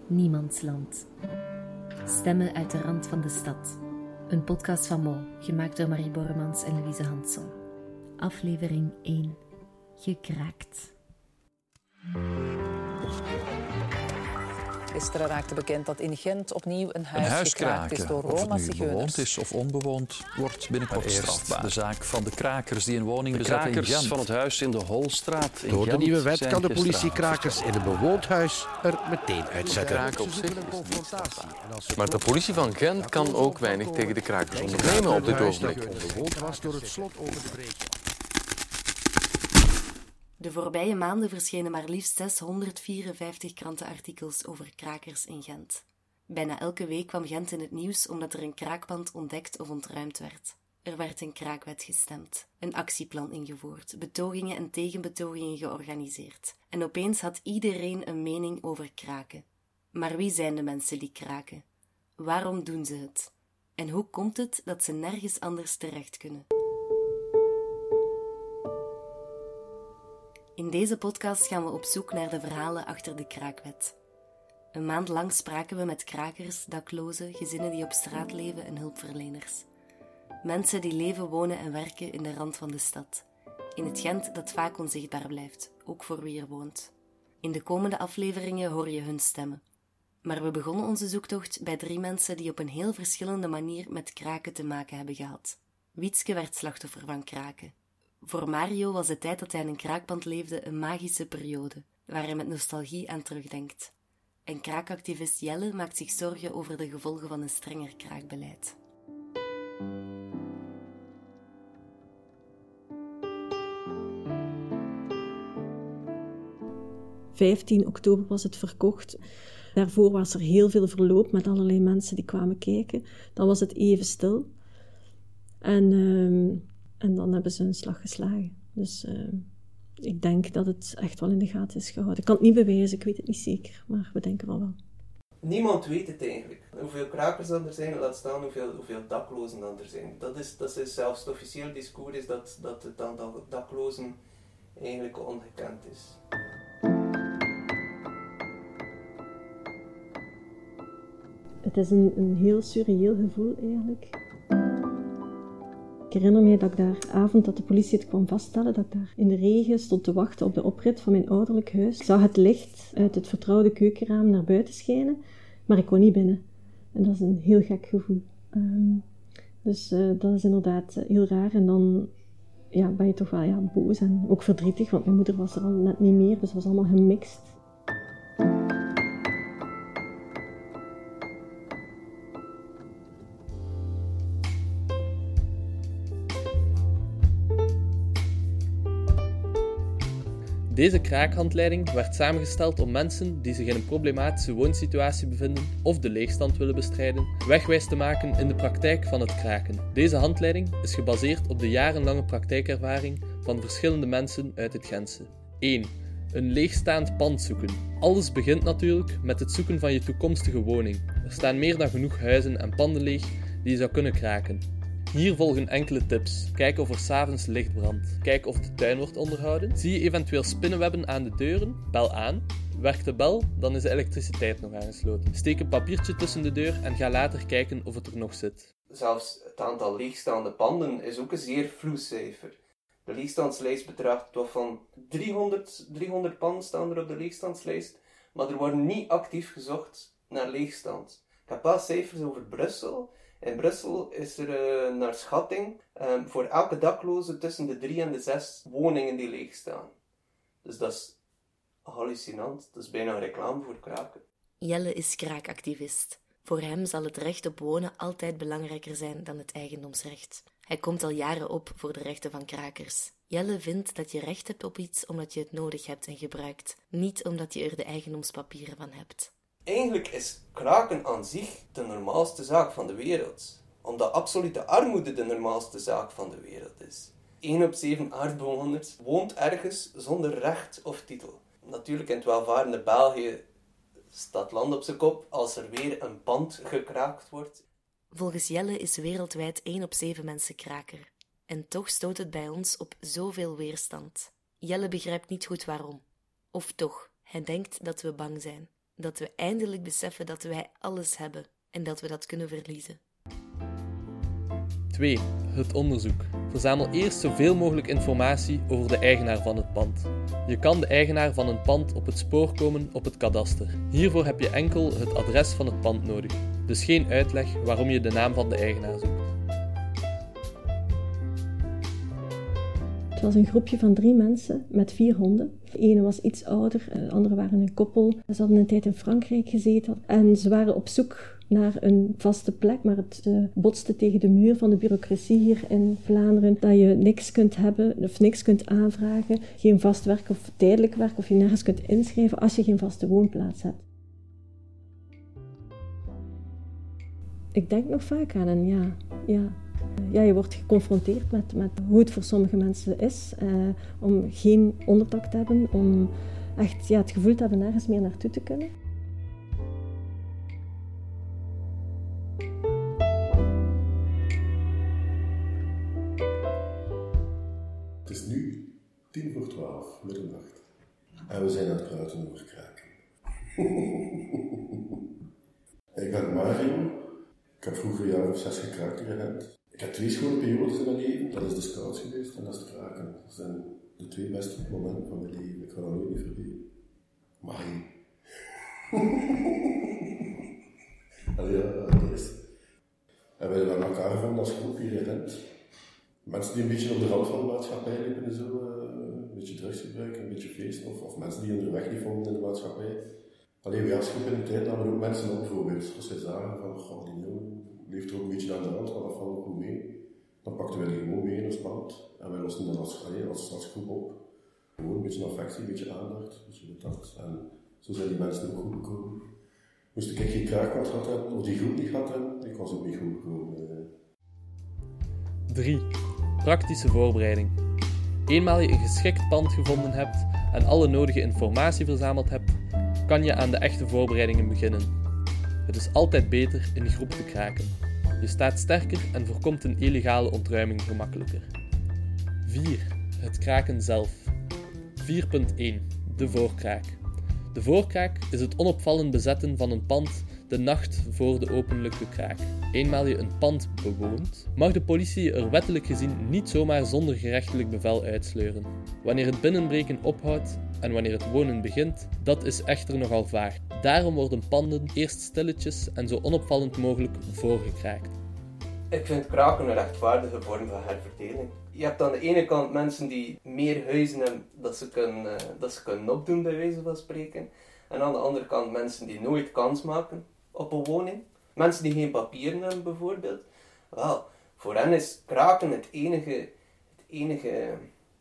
Niemandsland. Stemmen uit de rand van de stad. Een podcast van Mo, gemaakt door Marie Borremans en Louise Hansson. Aflevering 1. Gekraakt. Gisteren raakte bekend dat in Gent opnieuw een huis gekraakt is door Roma-zigeuners. Of het nu bewoond is of onbewoond, wordt binnenkort strafbaar. De zaak van de krakers die een woning bezetten in Gent. De krakers van het huis in de Holstraat in Door Gent de nieuwe wet zijn kan de politie gestraft. krakers in een bewoond huis er meteen uitzetten. Kraken op zich een confrontatie. Maar de politie van Gent kan ook weinig tegen de krakers ondernemen op dit ogenblik. Onbewoond was door het slot over te breken. De voorbije maanden verschenen maar liefst 654 krantenartikels over krakers in Gent. Bijna elke week kwam Gent in het nieuws omdat er een kraakpand ontdekt of ontruimd werd. Er werd een kraakwet gestemd, een actieplan ingevoerd, betogingen en tegenbetogingen georganiseerd. En opeens had iedereen een mening over kraken. Maar wie zijn de mensen die kraken? Waarom doen ze het? En hoe komt het dat ze nergens anders terecht kunnen? In deze podcast gaan we op zoek naar de verhalen achter de kraakwet. Een maand lang spraken we met krakers, daklozen, gezinnen die op straat leven en hulpverleners. Mensen die leven, wonen en werken in de rand van de stad. In het Gent dat vaak onzichtbaar blijft, ook voor wie er woont. In de komende afleveringen hoor je hun stemmen. Maar we begonnen onze zoektocht bij 3 mensen die op een heel verschillende manier met kraken te maken hebben gehad. Wietske werd slachtoffer van kraken. Voor Mario was de tijd dat hij in een kraakpand leefde een magische periode, waar hij met nostalgie aan terugdenkt. En kraakactivist Jelle maakt zich zorgen over de gevolgen van een strenger kraakbeleid. Op 15 oktober was het verkocht. Daarvoor was er heel veel verloop met allerlei mensen die kwamen kijken. Dan was het even stil. En dan hebben ze een slag geslagen. Dus ik denk dat het echt wel in de gaten is gehouden. Ik kan het niet bewijzen, ik weet het niet zeker. Maar we denken wel. Niemand weet het eigenlijk. Hoeveel krakers er zijn, laat staan hoeveel daklozen er zijn. Dat is zelfs het officieel discours is dat het aantal daklozen eigenlijk ongekend is. Het is een heel surreëel gevoel eigenlijk. Ik herinner me dat ik daar avond dat de politie het kwam vaststellen, dat ik daar in de regen stond te wachten op de oprit van mijn ouderlijk huis. Ik zag het licht uit het vertrouwde keukenraam naar buiten schijnen, maar ik kon niet binnen. En dat is een heel gek gevoel. Dus dat is inderdaad heel raar. En dan ben je toch wel boos en ook verdrietig, want mijn moeder was er al net niet meer, dus het was allemaal gemixt. Deze kraakhandleiding werd samengesteld om mensen die zich in een problematische woonsituatie bevinden of de leegstand willen bestrijden, wegwijs te maken in de praktijk van het kraken. Deze handleiding is gebaseerd op de jarenlange praktijkervaring van verschillende mensen uit het Gentse. 1. Een leegstaand pand zoeken. Alles begint natuurlijk met het zoeken van je toekomstige woning. Er staan meer dan genoeg huizen en panden leeg die je zou kunnen kraken. Hier volgen enkele tips. Kijk of er 's avonds licht brandt. Kijk of de tuin wordt onderhouden. Zie je eventueel spinnenwebben aan de deuren? Bel aan. Werkt de bel, dan is de elektriciteit nog aangesloten. Steek een papiertje tussen de deur en ga later kijken of het er nog zit. Zelfs het aantal leegstaande panden is ook een zeer vloe cijfer. De leegstandslijst bedraagt toch van 300 panden staan er op de leegstandslijst, maar er wordt niet actief gezocht naar leegstand. Ik heb wel cijfers over Brussel. In Brussel is er naar schatting voor elke dakloze tussen de 3 en de 6 woningen die leeg staan. Dus dat is hallucinant. Dat is bijna een reclame voor kraken. Jelle is kraakactivist. Voor hem zal het recht op wonen altijd belangrijker zijn dan het eigendomsrecht. Hij komt al jaren op voor de rechten van krakers. Jelle vindt dat je recht hebt op iets omdat je het nodig hebt en gebruikt, niet omdat je er de eigendomspapieren van hebt. Eigenlijk is kraken aan zich de normaalste zaak van de wereld. Omdat absolute armoede de normaalste zaak van de wereld is. 1 op 7 aardbewoners woont ergens zonder recht of titel. Natuurlijk in het welvarende België staat land op zijn kop als er weer een pand gekraakt wordt. Volgens Jelle is wereldwijd 1 op 7 mensen kraker. En toch stoot het bij ons op zoveel weerstand. Jelle begrijpt niet goed waarom. Of toch, hij denkt dat we bang zijn. Dat we eindelijk beseffen dat wij alles hebben en dat we dat kunnen verliezen. 2. Het onderzoek. Verzamel eerst zoveel mogelijk informatie over de eigenaar van het pand. Je kan de eigenaar van een pand op het spoor komen op het kadaster. Hiervoor heb je enkel het adres van het pand nodig. Dus geen uitleg waarom je de naam van de eigenaar zoekt. Het was een groepje van 3 mensen met 4 honden. De ene was iets ouder, de andere waren een koppel. Ze hadden een tijd in Frankrijk gezeten en ze waren op zoek naar een vaste plek, maar het botste tegen de muur van de bureaucratie hier in Vlaanderen, dat je niks kunt hebben of niks kunt aanvragen, geen vast werk of tijdelijk werk, of je nergens kunt inschrijven als je geen vaste woonplaats hebt. Ik denk nog vaak aan en ja, je wordt geconfronteerd met hoe het voor sommige mensen is, om geen onderdak te hebben, om echt het gevoel te hebben nergens meer naartoe te kunnen. Het is nu 11:50, middernacht. En we zijn aan het praten over kraken. Ik ben Mario. Ik heb vroeger een jaar of 6 gekraakt in Gent. Ik heb 2 schone periodes in mijn leven. Dat is de scouts geweest en dat is het kraken. Dat zijn de 2 beste momenten van mijn leven. Ik ga dat nooit meer vergeten. Mario. Ja, dat is het. En wij hebben elkaar gevonden als groep hier in Gent. Mensen die een beetje op de rand van de maatschappij liepen en zo, een beetje drugs gebruiken, een beetje feesten, of mensen die hun weg niet vonden in de maatschappij. Alleen we als groep in de tijd namen ook mensen op bijvoorbeeld. Als zij zagen van, die jongen leeft er ook een beetje aan de hand, maar dat valt ook goed mee. Dan pakten wij die gewoon mee in ons band en wij losten dan als groep op. Gewoon een beetje affectie, een beetje aandacht, een beetje contact. En zo zijn die mensen ook goed gekomen. Moest ik geen kraakpad gehad hebben, of die groep niet gehad hebben, ik was ook niet goed gekomen. 3. Praktische voorbereiding. Eenmaal je een geschikt pand gevonden hebt en alle nodige informatie verzameld hebt, kan je aan de echte voorbereidingen beginnen. Het is altijd beter in groep te kraken. Je staat sterker en voorkomt een illegale ontruiming gemakkelijker. 4. Het kraken zelf. 4.1. De voorkraak. De voorkraak is het onopvallend bezetten van een pand de nacht voor de openlijke kraak. Eenmaal je een pand bewoont, mag de politie je er wettelijk gezien niet zomaar zonder gerechtelijk bevel uitsleuren. Wanneer het binnenbreken ophoudt en wanneer het wonen begint, dat is echter nogal vaag. Daarom worden panden eerst stilletjes en zo onopvallend mogelijk voorgekraakt. Ik vind kraken een rechtvaardige vorm van herverdeling. Je hebt aan de ene kant mensen die meer huizen hebben dat ze kunnen opdoen, bij wijze van spreken. En aan de andere kant mensen die nooit kans maken op een woning. Mensen die geen papieren hebben bijvoorbeeld. Wel, voor hen is kraken het enige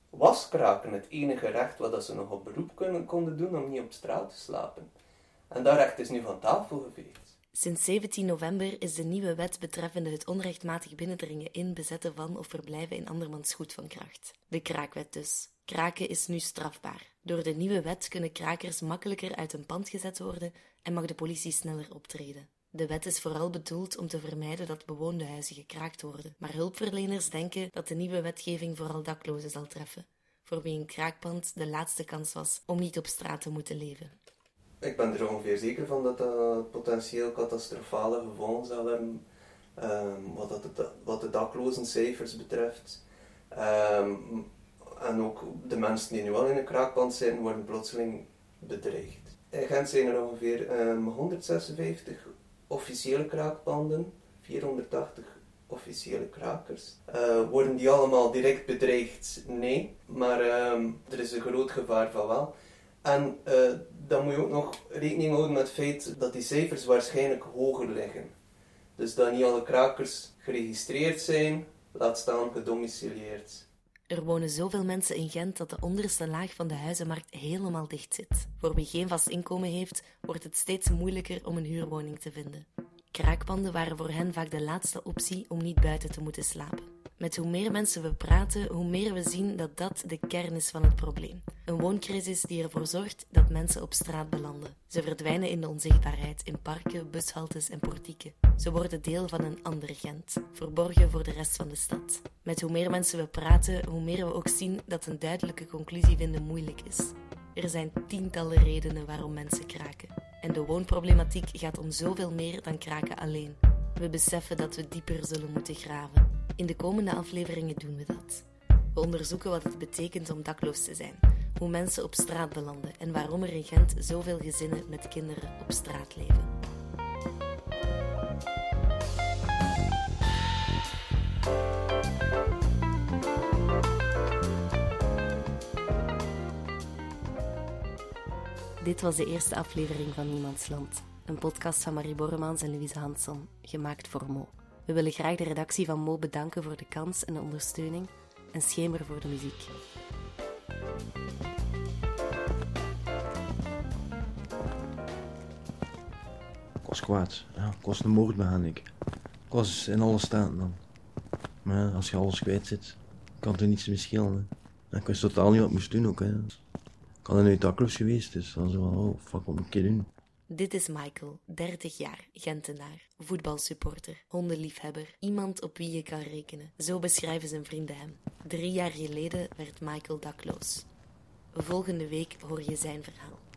recht wat ze nog op beroep konden doen om niet op straat te slapen. En dat recht is nu van tafel geveegd. Sinds 17 november is de nieuwe wet betreffende het onrechtmatig binnendringen in, bezetten van of verblijven in andermans goed van kracht. De kraakwet dus. Kraken is nu strafbaar. Door de nieuwe wet kunnen krakers makkelijker uit een pand gezet worden en mag de politie sneller optreden. De wet is vooral bedoeld om te vermijden dat bewoonde huizen gekraakt worden, maar hulpverleners denken dat de nieuwe wetgeving vooral daklozen zal treffen, voor wie een kraakpand de laatste kans was om niet op straat te moeten leven. Ik ben er ongeveer zeker van dat dat potentieel catastrofale gevolgen zal hebben, wat de daklozencijfers betreft. En ook de mensen die nu al in een kraakpand zitten, worden plotseling bedreigd. In Gent zijn er ongeveer 156 officiële kraakpanden, 480 officiële krakers. Worden die allemaal direct bedreigd? Nee, maar er is een groot gevaar van wel. En dan moet je ook nog rekening houden met het feit dat die cijfers waarschijnlijk hoger liggen. Dus dat niet alle krakers geregistreerd zijn, laat staan gedomicilieerd. Er wonen zoveel mensen in Gent dat de onderste laag van de huizenmarkt helemaal dicht zit. Voor wie geen vast inkomen heeft, wordt het steeds moeilijker om een huurwoning te vinden. Kraakpanden waren voor hen vaak de laatste optie om niet buiten te moeten slapen. Met hoe meer mensen we praten, hoe meer we zien dat dat de kern is van het probleem. Een wooncrisis die ervoor zorgt dat mensen op straat belanden. Ze verdwijnen in de onzichtbaarheid, in parken, bushaltes en portieken. Ze worden deel van een ander Gent, verborgen voor de rest van de stad. Met hoe meer mensen we praten, hoe meer we ook zien dat een duidelijke conclusie vinden moeilijk is. Er zijn tientallen redenen waarom mensen kraken. En de woonproblematiek gaat om zoveel meer dan kraken alleen. We beseffen dat we dieper zullen moeten graven. In de komende afleveringen doen we dat. We onderzoeken wat het betekent om dakloos te zijn, hoe mensen op straat belanden en waarom er in Gent zoveel gezinnen met kinderen op straat leven. Dit was de eerste aflevering van Niemandsland, een podcast van Marie Borremans en Louise Hansson, gemaakt voor Mo. We willen graag de redactie van Mo bedanken voor de kans en de ondersteuning en Schemer voor de muziek. Ik was kwaad. Ja, ik was een moord begaan. Ik was in alle staten dan. Maar ja, als je alles kwijt zit, kan het er niets meer schelen. Hè. Ik wist totaal niet wat ik moest doen ook. Hè. Ik had nu dakloos geweest, dus dan zo van, oh fuck, wat moet ik een keer doen? Dit is Michael, 30 jaar, Gentenaar, voetbalsupporter, hondenliefhebber, iemand op wie je kan rekenen. Zo beschrijven zijn vrienden hem. 3 jaar geleden werd Michael dakloos. Volgende week hoor je zijn verhaal.